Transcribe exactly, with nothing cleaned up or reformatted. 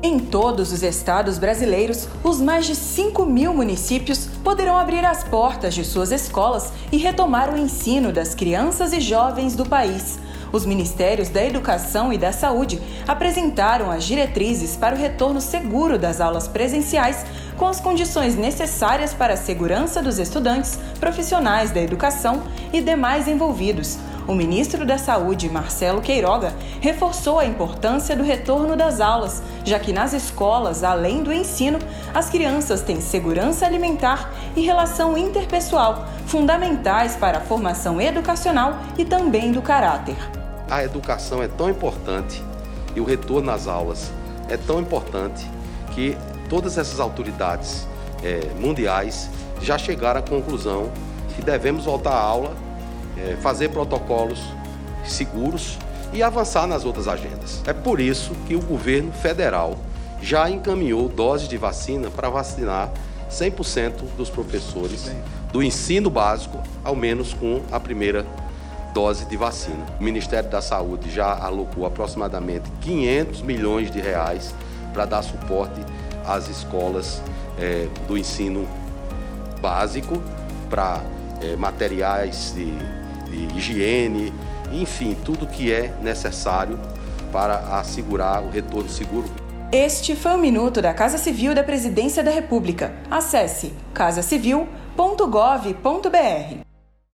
Em todos os estados brasileiros, os mais de cinco mil municípios poderão abrir as portas de suas escolas e retomar o ensino das crianças e jovens do país. Os Ministérios da Educação e da Saúde apresentaram as diretrizes para o retorno seguro das aulas presenciais, com as condições necessárias para a segurança dos estudantes, profissionais da educação e demais envolvidos. O ministro da Saúde, Marcelo Queiroga, reforçou a importância do retorno das aulas, já que nas escolas, além do ensino, as crianças têm segurança alimentar e relação interpessoal, fundamentais para a formação educacional e também do caráter. A educação é tão importante e o retorno às aulas é tão importante que todas essas autoridades é, mundiais já chegaram à conclusão que devemos voltar à aula, é, fazer protocolos seguros e avançar nas outras agendas. É por isso que o governo federal já encaminhou doses de vacina para vacinar cem por cento dos professores do ensino básico, ao menos com a primeira dose de vacina. O Ministério da Saúde já alocou aproximadamente quinhentos milhões de reais para dar suporte às escolas é, do ensino básico, para é, materiais de, de higiene, enfim, tudo que é necessário para assegurar o retorno seguro. Este foi o Minuto da Casa Civil da Presidência da República. Acesse casa civil ponto gov ponto br.